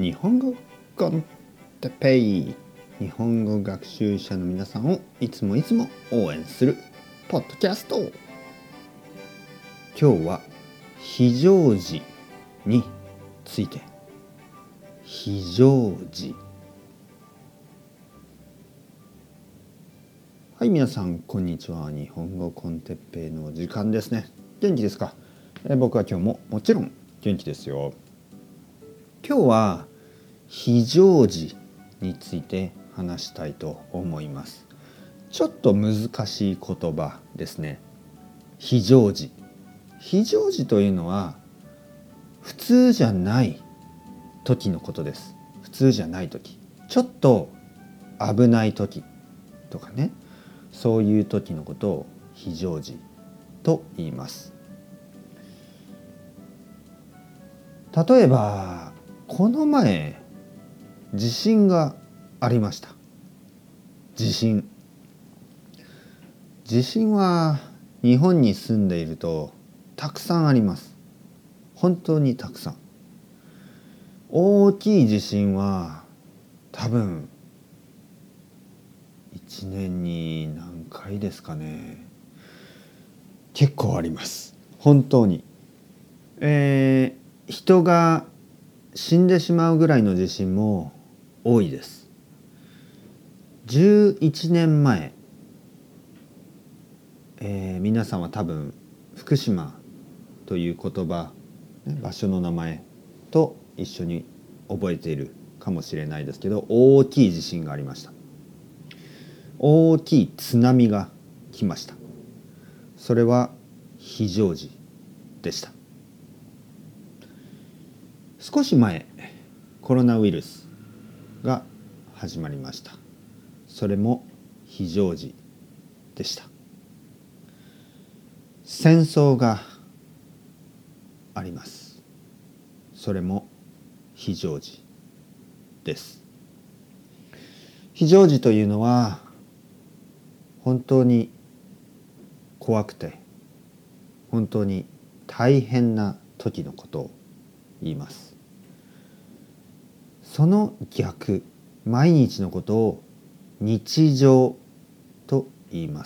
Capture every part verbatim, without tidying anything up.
日本語コンテペイ、日本語学習者の皆さんをいつもいつも応援するポッドキャスト。今日は非常時について。非常時。はい、皆さんこんにちは。日本語コンテッペイの時間ですね。元気ですか？え僕は今日ももちろん元気ですよ。今日は非常時について話したいと思います。ちょっと難しい言葉ですね。非常時。非常時というのは普通じゃない時のことです。普通じゃない時。ちょっと危ない時とかね。そういう時のことを非常時と言います。例えばこの前地震がありました。地震地震は日本に住んでいるとたくさんあります。本当にたくさん。大きい地震は多分いちねんに何回ですかね。結構あります。本当に。えー、人が死んでしまうぐらいの地震も多いです。じゅういちねんまえ、えー、皆さんは多分福島という言葉、場所の名前と一緒に覚えているかもしれないですけど、大きい地震がありました。大きい津波が来ました。それは非常時でした。少し前、コロナウイルスが始まりました。それも非常時でした。戦争があります。それも非常時です。非常時というのは本当に怖くて本当に大変な時のことを言います。その逆、毎日のことを日常と言います。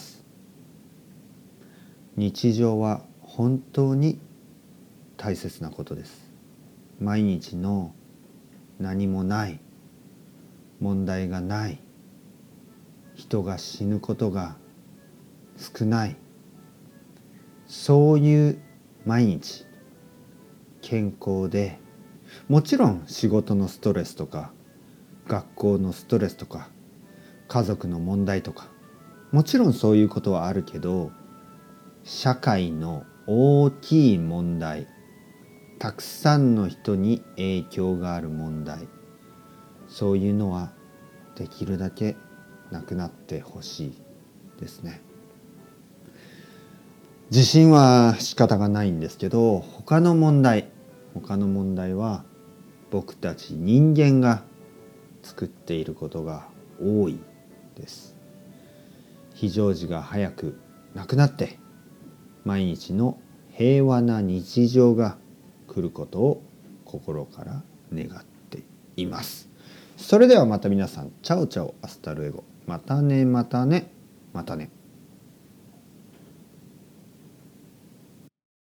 日常は本当に大切なことです。毎日の何もない、問題がない、人が死ぬことが少ない、そういう毎日、健康で、もちろん仕事のストレスとか学校のストレスとか家族の問題とか、もちろんそういうことはあるけど、社会の大きい問題、たくさんの人に影響がある問題、そういうのはできるだけなくなってほしいですね。地震は仕方がないんですけど、他の問題他の問題は僕たち人間が作っていることが多いです。非常時が早くなくなって毎日の平和な日常が来ることを心から願っています。それではまた皆さん、チャオチャオアスタルエゴ。またねまたねまたね。